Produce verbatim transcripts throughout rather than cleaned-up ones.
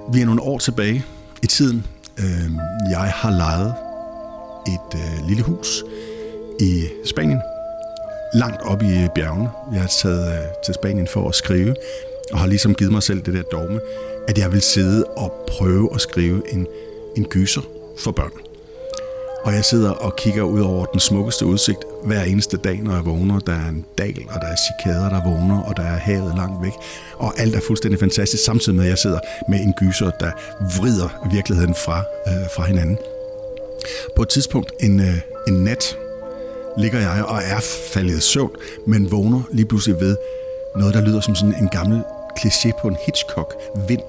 Vi er nogle år tilbage i tiden. Jeg har lejet et lille hus i Spanien, langt oppe i bjergene. Jeg har taget til Spanien for at skrive, og har ligesom givet mig selv det der dogme, at jeg vil sidde og prøve at skrive en, en gyser for børn. Og jeg sidder og kigger ud over den smukkeste udsigt hver eneste dag, når jeg vågner. Der er en dal, og der er cikader, der vågner, og der er havet langt væk. Og alt er fuldstændig fantastisk, samtidig med, at jeg sidder med en gyser, der vrider virkeligheden fra, øh, fra hinanden. På et tidspunkt, en, øh, en nat, ligger jeg og er faldet i søvn, men vågner lige pludselig ved noget, der lyder som sådan en gammel kliché på en Hitchcock-vind.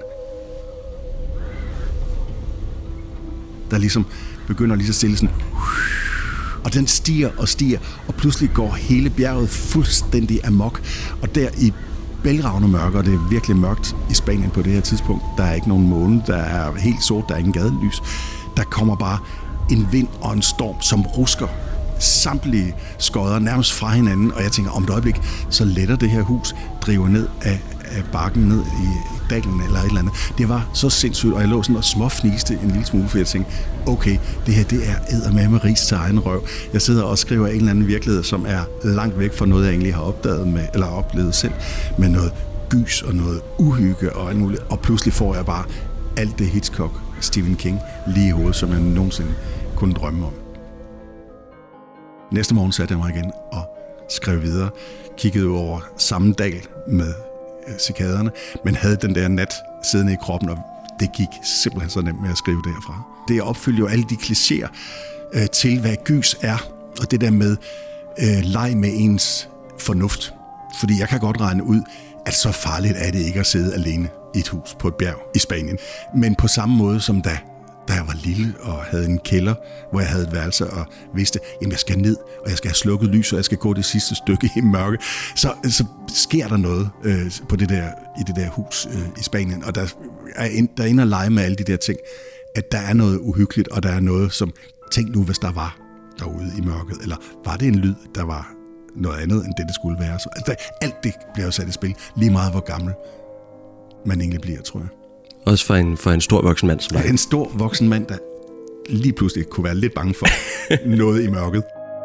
Der ligesom begynder lige så stille sådan, og den stiger og stiger, og pludselig går hele bjerget fuldstændig amok. Og der i bælragende mørke, og det er virkelig mørkt i Spanien på det her tidspunkt, der er ikke nogen måne, der er helt sort, der er ingen gadelys. Der kommer bare en vind og en storm, som rusker samtlige skodder nærmest fra hinanden, og jeg tænker, om et øjeblik, så letter det her hus, driver ned af, af bakken, ned i dalen eller et eller andet. Det var så sindssygt, og jeg lå sådan og småfniste en lille smule, for jeg tænkte, okay, det her, det er eddermame ris til egen røv. Jeg sidder og skriver en eller anden virkelighed, som er langt væk fra noget, jeg egentlig har opdaget med, eller oplevet selv, med noget gys og noget uhygge og alt muligt, og pludselig får jeg bare alt det Hitchcock, Stephen King, lige i hovedet, som jeg nogensinde kunne drømme om. Næste morgen satte jeg mig igen og skrev videre, kiggede over samme dal med cikaderne, men havde den der nat siddende i kroppen, og det gik simpelthen så nemt med at skrive derfra. Det opfylder jo alle de klichéer øh, til, hvad gys er, og det der med øh, leg med ens fornuft. Fordi jeg kan godt regne ud, at så farligt er det ikke at sidde alene i et hus på et bjerg i Spanien. Men på samme måde som da da jeg var lille og havde en kælder, hvor jeg havde et værelse og vidste, jamen jeg skal ned, og jeg skal have slukket lys, og jeg skal gå det sidste stykke i mørke, så, så sker der noget øh, på det der, i det der hus øh, i Spanien, og der er, ind, der er inde og lege med alle de der ting, at der er noget uhyggeligt, og der er noget som, tænk nu, hvis der var derude i mørket, eller var det en lyd, der var noget andet, end det, det skulle være. Så, altså, alt det bliver jo sat i spil, lige meget hvor gammel man egentlig bliver, tror jeg. Også for en, for en stor voksen mand som dig. Ja, en stor voksen mand, der lige pludselig kunne være lidt bange for noget i mørket.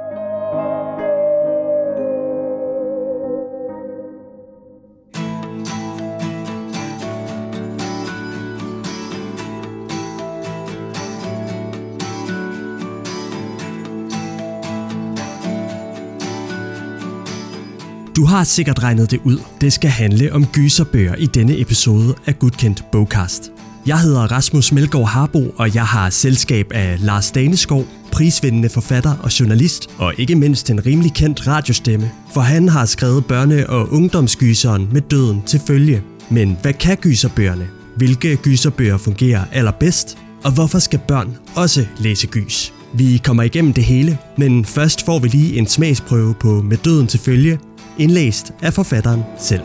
Du har sikkert regnet det ud. Det skal handle om gyserbøger i denne episode af Gudkendt Bogcast. Jeg hedder Rasmus Melgaard Harbo, og jeg har selskab af Lars Daneskov, prisvindende forfatter og journalist, og ikke mindst en rimelig kendt radiostemme, for han har skrevet børne- og ungdomsgyseren Med døden til følge. Men hvad kan gyserbøgerne? Hvilke gyserbøger fungerer allerbedst? Og hvorfor skal børn også læse gys? Vi kommer igennem det hele, men først får vi lige en smagsprøve på Med døden til følge, indlæst af forfatteren selv.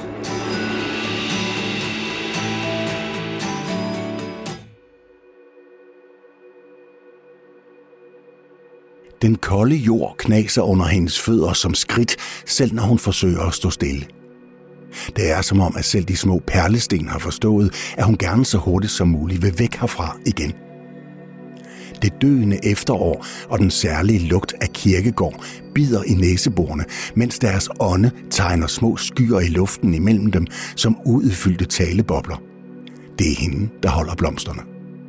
Den kolde jord knaser under hendes fødder som skridt, selv når hun forsøger at stå stille. Det er som om, at selv de små perlesten har forstået, at hun gerne så hurtigt som muligt vil væk herfra igen. Det døende efterår og den særlige lugt af kirkegård bider i næseborene, mens deres ånde tegner små skyer i luften imellem dem som uudfyldte talebobler. Det er hende, der holder blomsterne.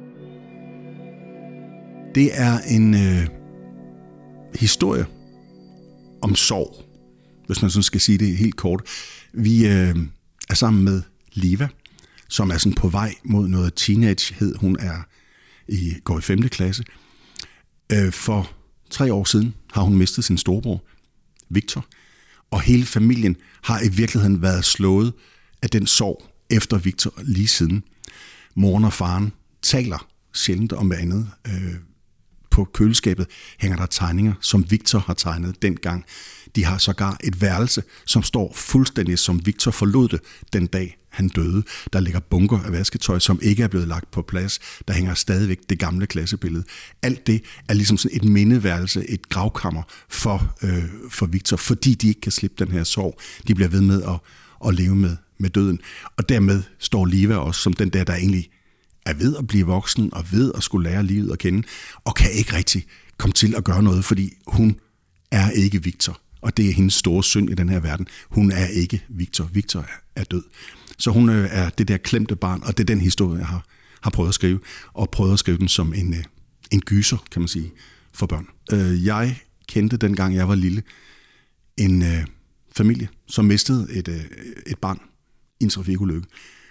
Det er en øh, historie om sorg, hvis man sådan skal sige det helt kort. Vi øh, er sammen med Liva, som er sådan på vej mod noget teenagehed. Hun er i, går i femte klasse. Øh, for tre år siden har hun mistet sin storebror, Victor, og hele familien har i virkeligheden været slået af den sorg efter Victor lige siden. Moren og faren taler sjældent om hvad andet. Øh, på køleskabet hænger der tegninger, som Victor har tegnet dengang. De har sågar et værelse, som står fuldstændig som Victor forlod det den dag, han døde. Der ligger bunker af vasketøj, som ikke er blevet lagt på plads. Der hænger stadigvæk det gamle klassebillede. Alt det er ligesom sådan et mindeværelse, et gravkammer for, øh, for Victor, fordi de ikke kan slippe den her sorg. De bliver ved med at, at leve med, med døden. Og dermed står Liva også som den der, der egentlig er ved at blive voksen og ved at skulle lære livet at kende, og kan ikke rigtig komme til at gøre noget, fordi hun er ikke Victor. Og det er hendes store synd i den her verden. Hun er ikke Victor. Victor er død. Så hun er det der klemte barn, og det er den historie, jeg har, har prøvet at skrive, og prøvet at skrive den som en, en gyser, kan man sige, for børn. Jeg kendte, dengang jeg var lille, en øh, familie, som mistede et, øh, et barn i en trafikulykke.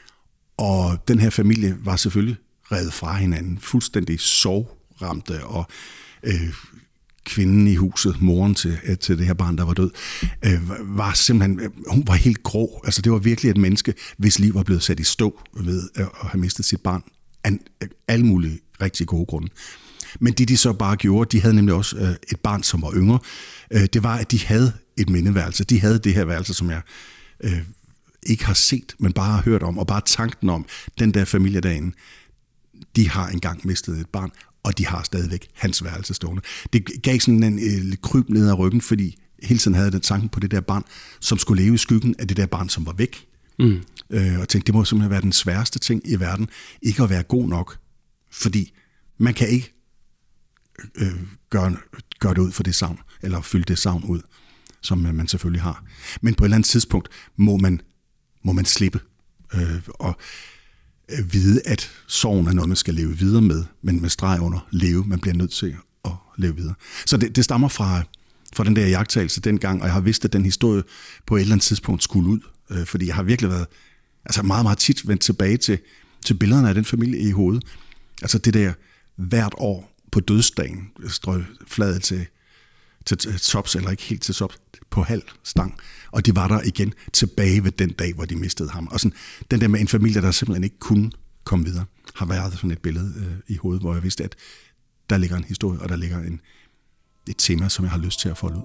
Og den her familie var selvfølgelig revet fra hinanden, fuldstændig sorgramte, og øh, kvinden i huset, moren til, til det her barn, der var død, øh, var simpelthen, hun var helt grå. Altså det var virkelig et menneske, hvis liv var blevet sat i stå ved at have mistet sit barn af alle mulige rigtig gode grunde. Men det de så bare gjorde, de havde nemlig også øh, et barn, som var yngre, øh, det var, at de havde et mindeværelse. De havde det her værelse, som jeg øh, ikke har set, men bare har hørt om, og bare tanken om, den der familie derinde, de har engang mistet et barn, og de har stadigvæk hans værelse stående. Det gav sådan en øh, kryb ned ad ryggen, fordi hele tiden havde den tanken på det der barn, som skulle leve i skyggen af det der barn, som var væk. Mm. Øh, og tænkte, det må simpelthen være den sværeste ting i verden, ikke at være god nok, fordi man kan ikke øh, gøre, gøre det ud for det savn, eller fylde det savn ud, som man selvfølgelig har. Men på et eller andet tidspunkt må man, må man slippe øh, og øh, vide, at sorgen er noget, man skal leve videre med, men med streg under leve. Man bliver nødt til at leve videre. Så det, det stammer fra, fra den der jagttagelse dengang, og jeg har vidst, at den historie på et eller andet tidspunkt skulle ud, øh, fordi jeg har virkelig været altså meget, meget tit vendt tilbage til, til billederne af den familie i hovedet. Altså det der hvert år på dødsdagen, strøg fladet til til tops, eller ikke helt til tops, på halv stang. Og de var der igen tilbage ved den dag, hvor de mistede ham. Og sådan, den der med en familie, der simpelthen ikke kunne komme videre, har været sådan et billede øh, i hovedet, hvor jeg vidste, at der ligger en historie, og der ligger en, et tema, som jeg har lyst til at folde ud.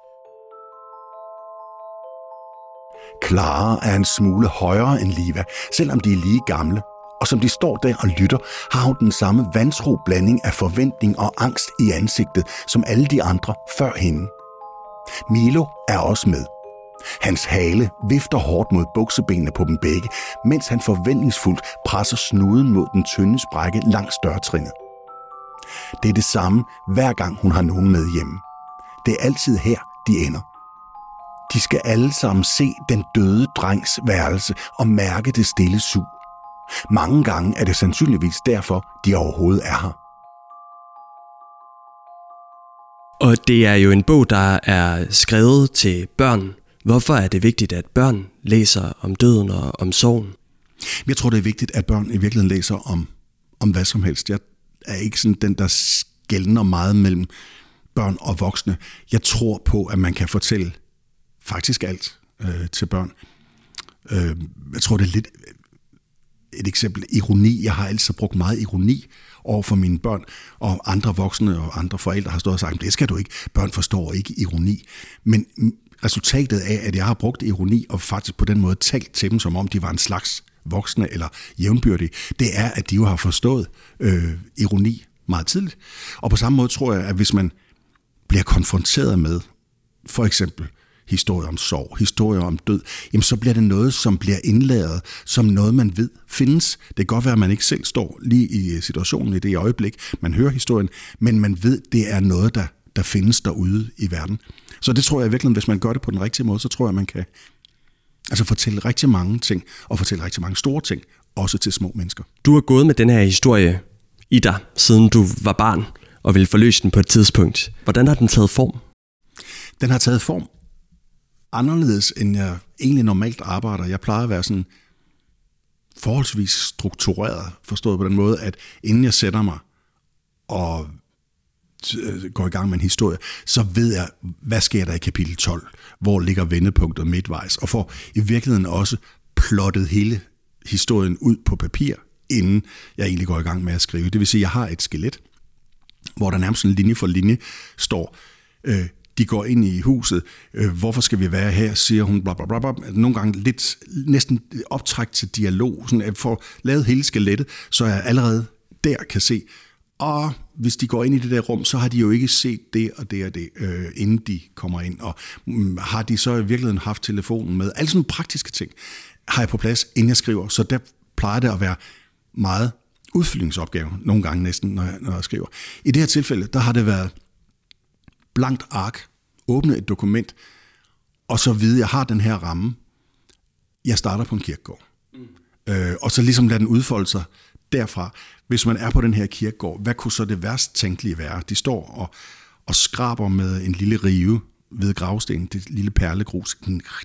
Clara er en smule højere end Liva, selvom de er lige gamle. Og som de står der og lytter, har hun den samme vantro blanding af forventning og angst i ansigtet, som alle de andre før hende. Milo er også med. Hans hale vifter hårdt mod buksebenene på dem begge, mens han forventningsfuldt presser snuden mod den tynde sprække langs dørtrinnet. Det er det samme, hver gang hun har nogen med hjemme. Det er altid her, de ender. De skal alle sammen se den døde drengs værelse og mærke det stille sug. Mange gange er det sandsynligvis derfor, de overhovedet er her. Og det er jo en bog, der er skrevet til børn. Hvorfor er det vigtigt, at børn læser om døden og om sorgen? Jeg tror, det er vigtigt, at børn i virkeligheden læser om, om hvad som helst. Jeg er ikke sådan den, der skelner meget mellem børn og voksne. Jeg tror på, at man kan fortælle faktisk alt øh, til børn. Øh, jeg tror, det er lidt et eksempel ironi. Jeg har altid brugt meget ironi over for mine børn, og andre voksne og andre forældre har stået og sagt, det skal du ikke. Børn forstår ikke ironi. Men resultatet af, at jeg har brugt ironi, og faktisk på den måde talt til dem, som om de var en slags voksne eller jævnbyrdige, det er, at de jo har forstået øh, ironi meget tidligt. Og på samme måde tror jeg, at hvis man bliver konfronteret med for eksempel historier om sorg, historier om død, jamen så bliver det noget, som bliver indlæret som noget, man ved findes. Det kan godt være, at man ikke selv står lige i situationen i det øjeblik, man hører historien, men man ved, det er noget, der, der findes derude i verden. Så det tror jeg virkelig, hvis man gør det på den rigtige måde, så tror jeg, man kan altså fortælle rigtig mange ting, og fortælle rigtig mange store ting, også til små mennesker. Du har gået med den her historie i dig, siden du var barn, og ville forløse den på et tidspunkt. Hvordan har den taget form? Den har taget form anderledes, end jeg egentlig normalt arbejder. Jeg plejer at være sådan forholdsvis struktureret, forstået på den måde, at inden jeg sætter mig og går i gang med en historie, så ved jeg, hvad sker der i kapitel tolv? Hvor ligger vendepunktet midtvejs? Og får i virkeligheden også plottet hele historien ud på papir, inden jeg egentlig går i gang med at skrive. Det vil sige, at jeg har et skelet, hvor der nærmest en linje for linje står, øh, de går ind i huset, øh, hvorfor skal vi være her, siger hun, bla, bla, bla, bla. Nogle gange lidt, næsten optræk til dialog, sådan at få lavet hele skelettet, så jeg allerede der kan se, og hvis de går ind i det der rum, så har de jo ikke set det og det og det, øh, inden de kommer ind, og mm, har de så i virkeligheden haft telefonen med. Alle sådan praktiske ting har jeg på plads, inden jeg skriver, så der plejer det at være meget udfyldningsopgave, nogle gange næsten, når jeg, når jeg skriver. I det her tilfælde, der har det været blankt ark, åbne et dokument, og så vide, at jeg har den her ramme. Jeg starter på en kirkegård. Mm. Øh, og så ligesom lade den udfolde sig derfra. Hvis man er på den her kirkegård, hvad kunne så det værst tænkelige være? De står og, og skraber med en lille rive ved gravstenen, det lille perlegrus.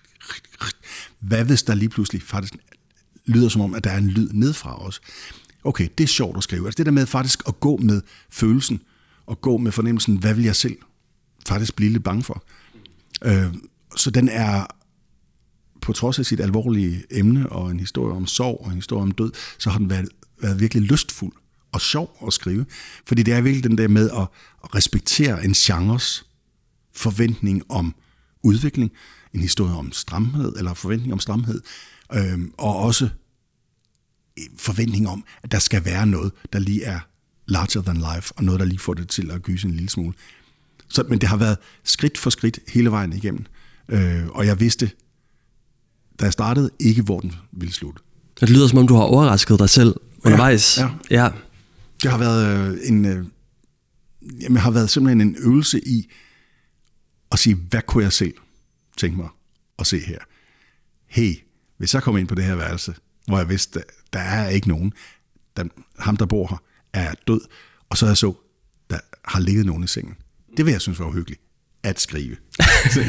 Hvad hvis der lige pludselig faktisk lyder som om, at der er en lyd nedfra os? Okay, det er sjovt at skrive. Altså det der med faktisk at gå med følelsen, og gå med fornemmelsen, hvad vil jeg selv faktisk blive lidt bange for? Øh, så den er, på trods af sit alvorlige emne, og en historie om sorg, og en historie om død, så har den været, været virkelig lystfuld og sjov at skrive. Fordi det er virkelig den der med at respektere en genres forventning om udvikling, en historie om stramhed, eller forventning om stramhed, øh, og også forventning om, at der skal være noget, der lige er larger than life, og noget, der lige får det til at gyse en lille smule. Så, men det har været skridt for skridt hele vejen igennem. Øh, og jeg vidste, da jeg startede, ikke hvor den ville slutte. Det lyder som om, du har overrasket dig selv undervejs. Ja, ja. ja. Det har været en, øh, jamen, har været simpelthen en øvelse i at sige, hvad kunne jeg selv tænke mig at se her? Hey, hvis jeg kommer ind på det her værelse, hvor jeg vidste, der er ikke nogen, der, ham der bor her, er død, og så jeg så, der har ligget nogen i sengen. Det vil jeg synes var uhyggeligt, at skrive. så,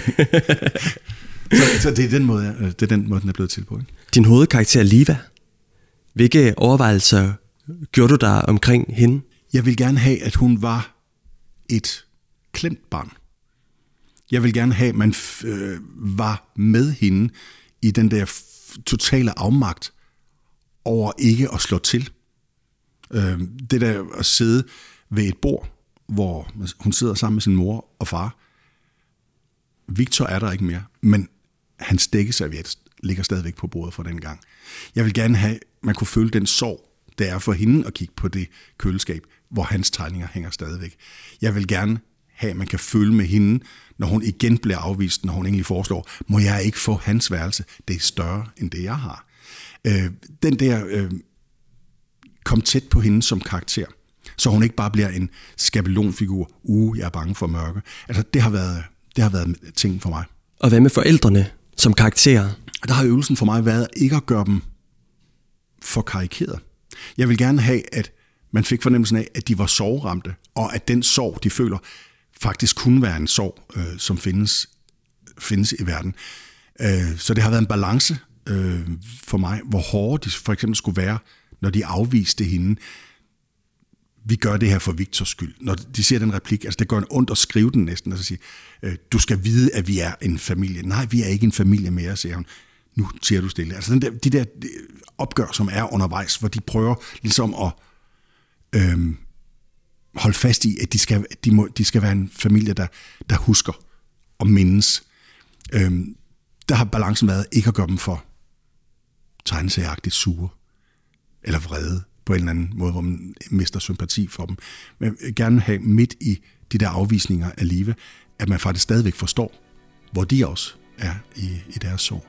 så det er den måde, det er den måde, den er blevet til på. Ikke? Din hovedkarakter Liva, hvilke overvejelser gjorde du der omkring hende? Jeg vil gerne have, at hun var et klemt barn. Jeg vil gerne have, at man øh, var med hende i den der f- totale afmagt over ikke at slå til. Øh, det der at sidde ved et bord, hvor hun sidder sammen med sin mor og far. Victor er der ikke mere, men hans dækkeserviet ligger stadigvæk på bordet fra den gang. Jeg vil gerne have, at man kunne føle den sorg, det er for hende at kigge på det køleskab, hvor hans tegninger hænger stadigvæk. Jeg vil gerne have, at man kan føle med hende, når hun igen bliver afvist, når hun egentlig foreslår, må jeg ikke få hans værelse, det er større end det, jeg har. Øh, den der øh, kom tæt på hende som karakter, så hun ikke bare bliver en skabelonfigur, uh, jeg er bange for mørke. Altså, det har været, det har været ting for mig. Og hvad med forældrene som karakterer? Der har øvelsen for mig været ikke at gøre dem for karikeret. Jeg vil gerne have, at man fik fornemmelsen af, at de var sorgramte, og at den sorg, de føler, faktisk kunne være en sorg, øh, som findes, findes i verden. Øh, så det har været en balance øh, for mig, hvor hårde de for eksempel skulle være, når de afviste hende. Vi gør det her for Victors skyld. Når de siger den replik, altså det gør en ondt at skrive den næsten, og så siger, øh, du skal vide, at vi er en familie. Nej, vi er ikke en familie mere, siger hun. Nu siger du stille. Altså den der, de der opgør, som er undervejs, hvor de prøver ligesom at øh, holde fast i, at de skal, de må, de skal være en familie, der, der husker og mindes. Øh, der har balancen været ikke at gøre dem for tegneseriagtigt sure eller vrede på en eller anden måde, hvor man mister sympati for dem. Men jeg vil gerne have midt i de der afvisninger af livet, at man faktisk stadigvæk forstår, hvor de også er i, i deres sorg.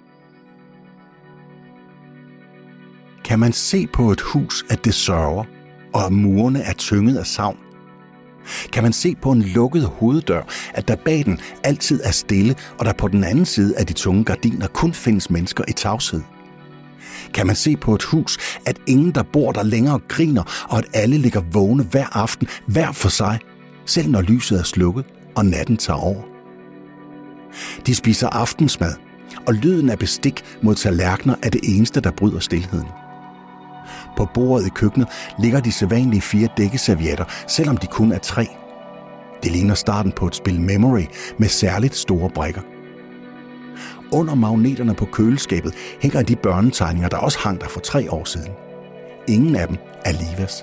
Kan man se på et hus, at det sørger, og at murene er tynget af savn? Kan man se på en lukket hoveddør, at der bag den altid er stille, og der på den anden side af de tunge gardiner kun findes mennesker i tavshed? Kan man se på et hus, at ingen, der bor der længere, griner, og at alle ligger vågne hver aften, hver for sig, selv når lyset er slukket, og natten tager over? De spiser aftensmad, og lyden af bestik mod tallerkener er det eneste, der bryder stilheden. På bordet i køkkenet ligger de sædvanlige fire dækkeservietter, selvom de kun er tre. Det ligner starten på et spil Memory med særligt store brikker. Under magneterne på køleskabet hænger de børnetegninger, der også hang der for tre år siden. Ingen af dem er Livas.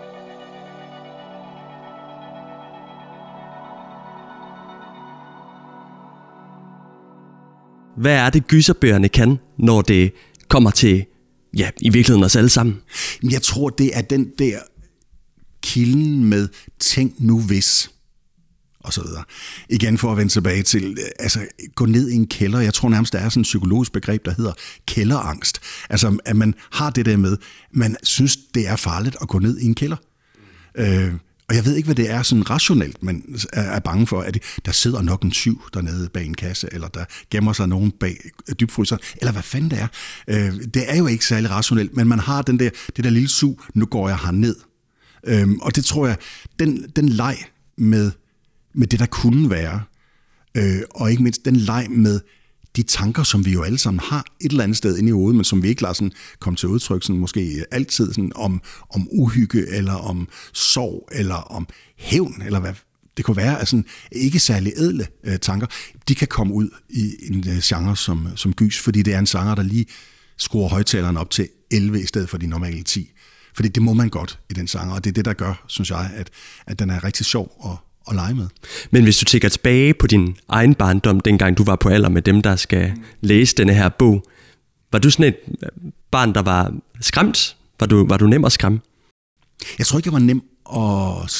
Hvad er det, gyserbøgerne kan, når det kommer til, ja, i virkeligheden os alle sammen? Jeg tror, det er den der kilden med tænk nu hvis. og så videre. Igen for at vende tilbage til, altså gå ned i en kælder. Jeg tror nærmest, der er sådan et psykologisk begreb, der hedder kælderangst. Altså, at man har det der med, man synes, det er farligt at gå ned i en kælder. Øh, og jeg ved ikke, hvad det er sådan rationelt, man er bange for, at der sidder nok en tyv dernede bag en kasse, eller der gemmer sig nogen bag dybfryseren, eller hvad fanden det er. Øh, det er jo ikke særlig rationelt, men man har den der, det der lille sug, nu går jeg herned. Øh, og det tror jeg, den, den leg med med det, der kunne være, øh, og ikke mindst den leg med de tanker, som vi jo alle sammen har et eller andet sted inde i hovedet, men som vi ikke lader sådan komme til udtryk, sådan måske altid sådan om, om uhygge, eller om sorg, eller om hævn, eller hvad det kunne være, altså ikke særlig ædle øh, tanker, de kan komme ud i en øh, genre som, som gys, fordi det er en genre, der lige skruer højtaleren op til elleve i stedet for de normale ti. Fordi det må man godt i den genre, og det er det, der gør, synes jeg, at, at den er rigtig sjov og at lege med. Men hvis du tænker tilbage på din egen barndom, dengang du var på alder med dem, der skal mm. læse denne her bog, var du sådan et barn, der var skræmt? Var du, var du nem at skræmme? Jeg tror ikke, jeg var nem at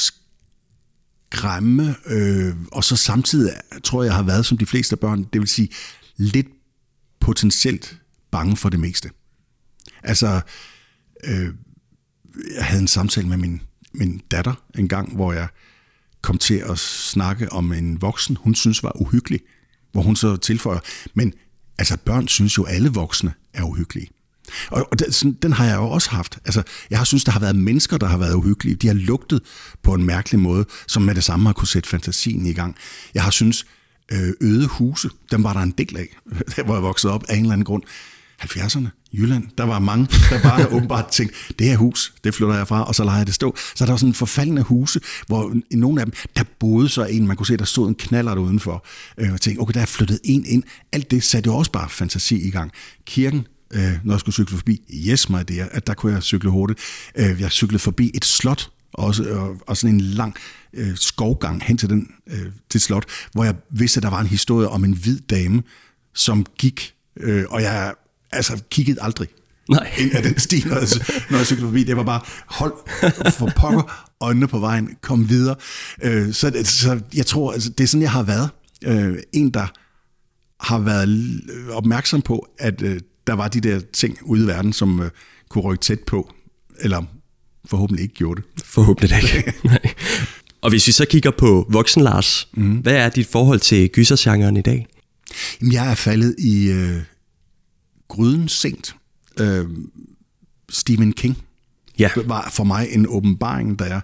skræmme, øh, og så samtidig tror jeg, jeg har været som de fleste børn, det vil sige lidt potentielt bange for det meste. Altså, øh, jeg havde en samtale med min, min datter en gang, hvor jeg kom til at snakke om en voksen, hun synes var uhyggelig, hvor hun så tilføjer, men altså børn synes jo, alle voksne er uhyggelige. Og, og den, sådan, den har jeg jo også haft. Altså, jeg har synes, der har været mennesker, der har været uhyggelige. De har lugtet på en mærkelig måde, som med det samme har kunne sætte fantasien i gang. Jeg har synes, øde huse, dem var der en del af, der hvor jeg voksede op af en eller anden grund. halvfjerdserne, Jylland, der var mange, der bare åbenbart tænkte, det her hus, det flytter jeg fra, og så lader jeg det stå. Så der var sådan en forfaldende huse, hvor i nogle af dem, der boede så en, man kunne se, der stod en knaller der udenfor, øh, og tænkte, okay, der er flyttet en ind. Alt det satte jo også bare fantasi i gang. Kirken, øh, når jeg skulle cykle forbi, yes my dear, at der kunne jeg cykle hurtigt. Øh, jeg cyklede forbi et slot, også, og, og sådan en lang øh, skovgang hen til den øh, til slot, hvor jeg vidste, at der var en historie om en hvid dame, som gik, øh, og jeg altså kiggede aldrig Nej. ind af den sti, når jeg, når jeg cyklede forbi. Det var bare, hold for pokker, øjnene på vejen, kom videre. Øh, så, så jeg tror, altså, det er sådan, jeg har været. Øh, en, der har været opmærksom på, at øh, der var de der ting ude i verden, som øh, kunne rykke tæt på, eller forhåbentlig ikke gjorde det. Forhåbentlig ikke. Nej. Og hvis vi så kigger på voksen Lars, mm. hvad er dit forhold til gysergenren i dag? Jamen, jeg er faldet i øh, gryden sent. Øh, Stephen King ja. var for mig en åbenbaring, da jeg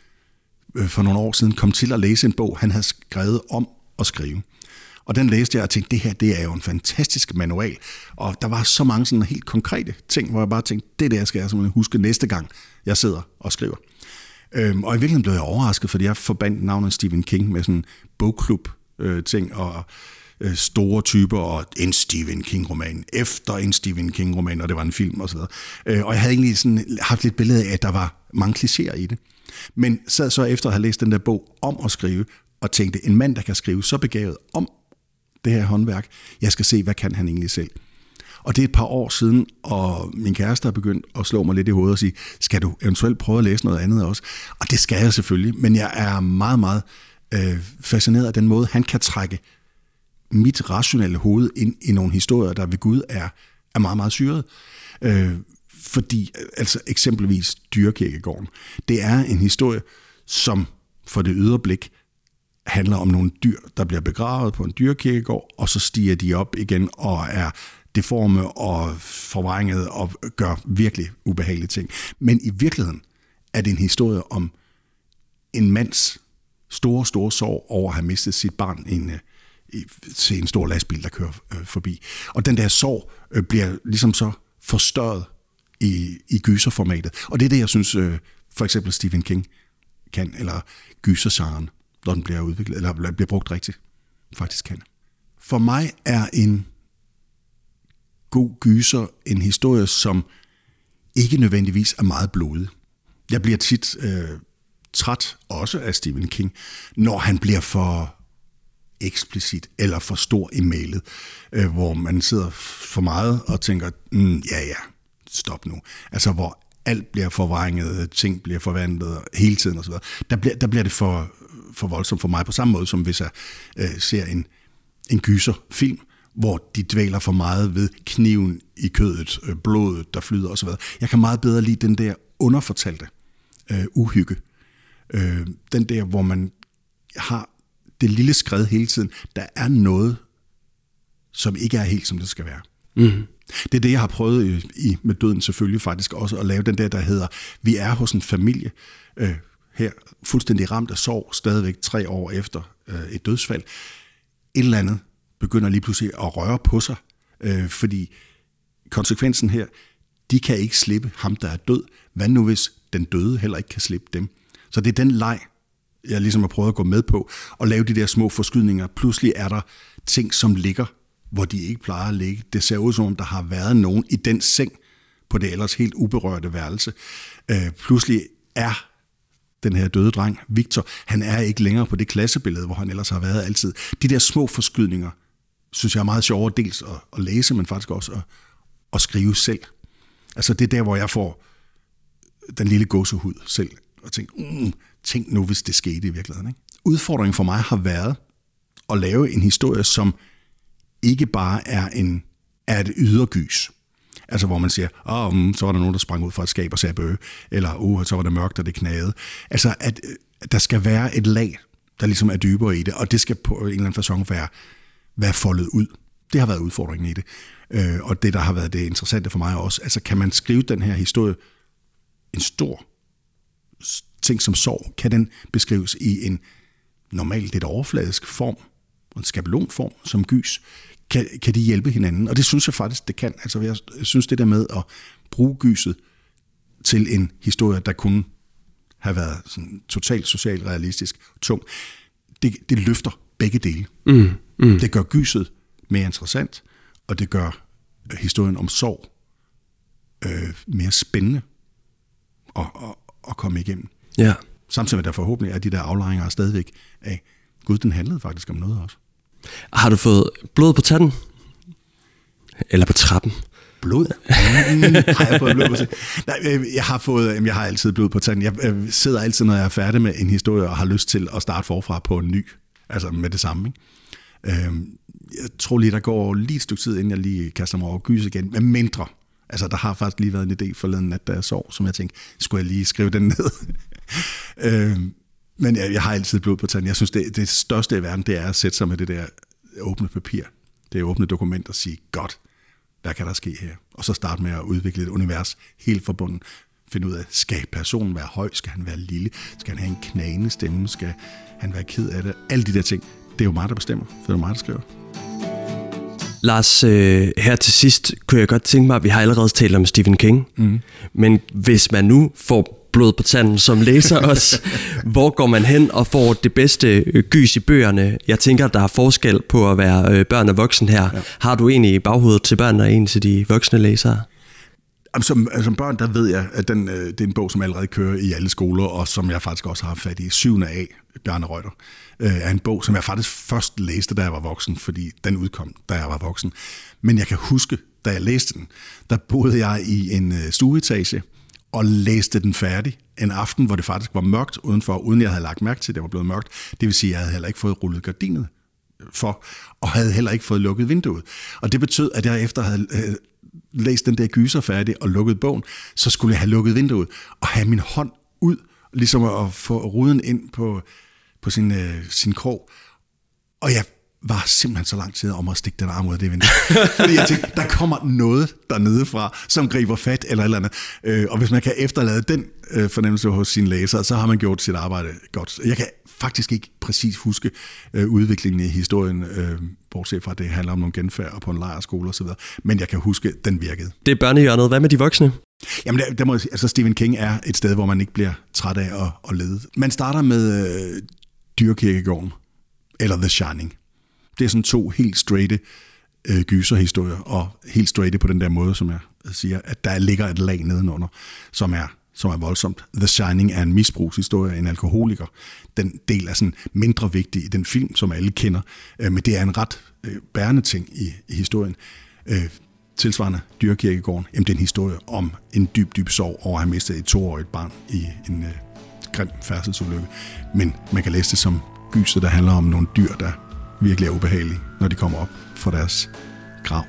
øh, for nogle år siden kom til at læse en bog, han havde skrevet om at skrive. Og den læste jeg og tænkte, det her det er jo en fantastisk manual. Og der var så mange sådan helt konkrete ting, hvor jeg bare tænkte, det der skal jeg simpelthen huske næste gang, jeg sidder og skriver. Øhm, og i virkeligheden blev jeg overrasket, fordi jeg forbandt navnet Stephen King med sådan bogklub-ting øh, og øh, store typer, og en Stephen King-roman, efter en Stephen King-roman, og det var en film osv. Øh, og jeg havde egentlig sådan haft lidt billede af, at der var mange klichéer i det. Men sad så efter at have læst den der bog om at skrive, og tænkte, en mand, der kan skrive så begavet om det her håndværk, jeg skal se, hvad kan han egentlig selv. Og det er et par år siden, og min kæreste har begyndt at slå mig lidt i hovedet og sige, skal du eventuelt prøve at læse noget andet også? Og det skal jeg selvfølgelig, men jeg er meget, meget øh, fascineret af den måde, han kan trække mit rationelle hoved ind i nogle historier, der ved Gud er, er meget, meget syret. Øh, fordi, altså eksempelvis Dyrekirkegården, det er en historie, som for det ydre blik handler om nogle dyr, der bliver begravet på en dyrekirkegård, og så stiger de op igen og er deforme og forvrænget og gør virkelig ubehagelige ting. Men i virkeligheden er det en historie om en mands store, store sorg over at have mistet sit barn i en, i, til en stor lastbil, der kører øh, forbi. Og den der sorg øh, bliver ligesom så forstørret i, i gyserformatet. Og det er det, jeg synes, øh, for eksempel Stephen King kan, eller gysergenren, når den bliver udviklet, eller bliver brugt rigtigt, faktisk kan. For mig er en god gyser en historie, som ikke nødvendigvis er meget blodig. Jeg bliver tit øh, træt, også af Stephen King, når han bliver for eksplicit eller for stor i mailet, øh, hvor man sidder for meget og tænker, mm, ja ja, stop nu. Altså hvor alt bliver forvrænget, ting bliver forvandlet hele tiden osv. Der bliver, der bliver det for, for voldsomt for mig, på samme måde som hvis jeg øh, ser en, en gyserfilm, hvor de dvæler for meget ved kniven i kødet, øh, blodet, der flyder osv. Jeg kan meget bedre lide den der underfortalte øh, uhygge. Øh, den der, hvor man har det lille skred hele tiden. Der er noget, som ikke er helt, som det skal være. Mm. Det er det, jeg har prøvet i Med døden selvfølgelig faktisk også, at lave den der, der hedder, vi er hos en familie, øh, her fuldstændig ramt af sorg, stadigvæk tre år efter øh, et dødsfald. Et eller andet begynder lige pludselig at røre på sig, øh, fordi konsekvensen her, de kan ikke slippe ham, der er død. Hvad nu, hvis den døde heller ikke kan slippe dem? Så det er den leg, jeg ligesom har prøvet at gå med på, og lave de der små forskydninger. Pludselig er der ting, som ligger, hvor de ikke plejer at ligge. Det ser ud som om, der har været nogen i den seng, på det ellers helt uberørte værelse. Øh, pludselig er den her døde dreng, Victor, han er ikke længere på det klassebillede, hvor han ellers har været altid. De der små forskydninger, synes jeg er meget sjovere dels at, at læse, men faktisk også at, at skrive selv. Altså det er der, hvor jeg får den lille gåsehud selv, og tænker, mm, tænk nu, hvis det skete i virkeligheden. Ikke? Udfordringen for mig har været at lave en historie, som ikke bare er, en, er et ydergys. Altså hvor man siger, åh, oh, så var der nogen, der sprang ud fra et skab og sagde bøge, eller uh, så var det mørkt, og det knagede. Altså at, at der skal være et lag, der ligesom er dybere i det, og det skal på en eller anden facon være, være foldet ud. Det har været udfordringen i det. Øh, og det, der har været det interessante for mig også, altså kan man skrive den her historie, en stor ting som sorg, kan den beskrives i en normalt lidt overfladisk form, en skabelonform som gys, kan, kan de hjælpe hinanden? Og det synes jeg faktisk, det kan. Altså jeg synes det der med at bruge gyset til en historie, der kunne have været sådan totalt socialt realistisk, tung, det, det løfter begge dele. Mm, mm. Det gør gyset mere interessant, og det gør historien om sorg øh, mere spændende at, at, at komme igennem. Ja. Samtidig med, der forhåbentlig er de der aflejringer stadigvæk af, gud, den handlede faktisk om noget også. Har du fået blod på tanden? Eller på trappen? Blod? Mm, har jeg fået blod på tanden? Nej, jeg har, fået, jeg har altid blod på tanden. Jeg sidder altid, når jeg er færdig med en historie, og har lyst til at starte forfra på en ny. Altså med det samme, ikke? Jeg tror lige, der går lige et stykke tid, inden jeg lige kaster mig over gys igen. Men mindre. Altså, der har faktisk lige været en idé forleden nat, da jeg sov, som jeg tænkte, skulle jeg lige skrive den ned? Men jeg, jeg har altid blod på tanden. Jeg synes, det, det største i verden, det er at sætte sig med det der åbne papir. Det er åbne dokument og sige, godt, hvad kan der ske her? Og så starte med at udvikle et univers helt forbundet. Finde ud af, skal personen være høj? Skal han være lille? Skal han have en knagende stemme? Skal han være ked af det? Alle de der ting, det er jo mig, der bestemmer. For det er jo mig, der skriver. Lars, øh, her til sidst kunne jeg godt tænke mig, at vi har allerede talt om Stephen King. Mm. Men hvis man nu får blod på tanden som læser os, hvor går man hen og får det bedste gys i bøgerne? Jeg tænker, der er forskel på at være øh, børn og voksen her. Ja. Har du en i baghovedet til børn og en til de voksne læsere? Som, som børn, der ved jeg, at den, det er en bog, som allerede kører i alle skoler, og som jeg faktisk også har haft fat i. Syvende af Bjarne Reuter er en bog, som jeg faktisk først læste, da jeg var voksen, fordi den udkom, da jeg var voksen. Men jeg kan huske, da jeg læste den, der boede jeg i en stueetage og læste den færdig en aften, hvor det faktisk var mørkt udenfor, uden jeg havde lagt mærke til, at det var blevet mørkt. Det vil sige, at jeg havde heller ikke fået rullet gardinet for, og havde heller ikke fået lukket vinduet. Og det betød, at jeg efter havde øh, læst den der gyser færdig og lukket bogen, så skulle jeg have lukket vinduet og have min hånd ud, ligesom at få ruden ind på, på sin, øh, sin krog. Og jeg var simpelthen så lang tid om at stikke den arm ud af det vindue. Fordi jeg tænkte, der kommer noget dernede fra, som griber fat eller et eller andet. Øh, og hvis man kan efterlade den øh, fornemmelse hos sine læsere, så har man gjort sit arbejde godt. Jeg kan faktisk ikke præcis huske øh, udviklingen i historien, øh, bortset fra, at det handler om nogle genfærd og på en lejrskole osv., men jeg kan huske, at den virkede. Det er børnehjørnet. Hvad med de voksne? Jamen, der, der må, altså Stephen King er et sted, hvor man ikke bliver træt af at, at lede. Man starter med øh, Dyrekirkegården, eller The Shining. Det er sådan to helt straighte øh, gyserhistorier, og helt straighte på den der måde, som jeg siger, at der ligger et lag nedenunder, som er, som er voldsomt. The Shining er en misbrugshistorie, en alkoholiker. Den del er sådan mindre vigtig i den film, som alle kender, øh, men det er en ret øh, bærende ting i, i historien. Øh, tilsvarende Dyrekirkegården, jamen det er en historie om en dyb, dyb sorg over at have mistet et toårigt barn i en, øh, grim færdselsulykke. Men man kan læse det som gyser, der handler om nogle dyr, der virkelig er ubehagelige, når de kommer op fra deres grav.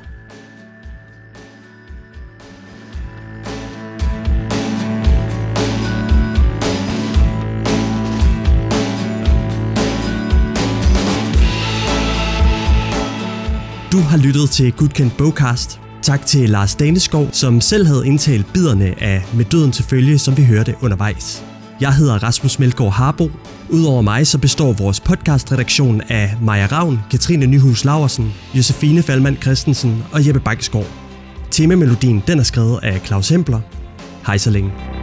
Du har lyttet til Gudkendt Bogcast. Tak til Lars Daneskov, som selv havde indtalt biderne af Med døden til følge, som vi hørte undervejs. Jeg hedder Rasmus Melgaard Harbo. Udover mig så består vores podcastredaktion af Maja Ravn, Katrine Nyhus Laursen, Josefine Faldmann Christensen og Jeppe Bakkeskov. Temamelodien den er skrevet af Claus Hempler. Hej så længe.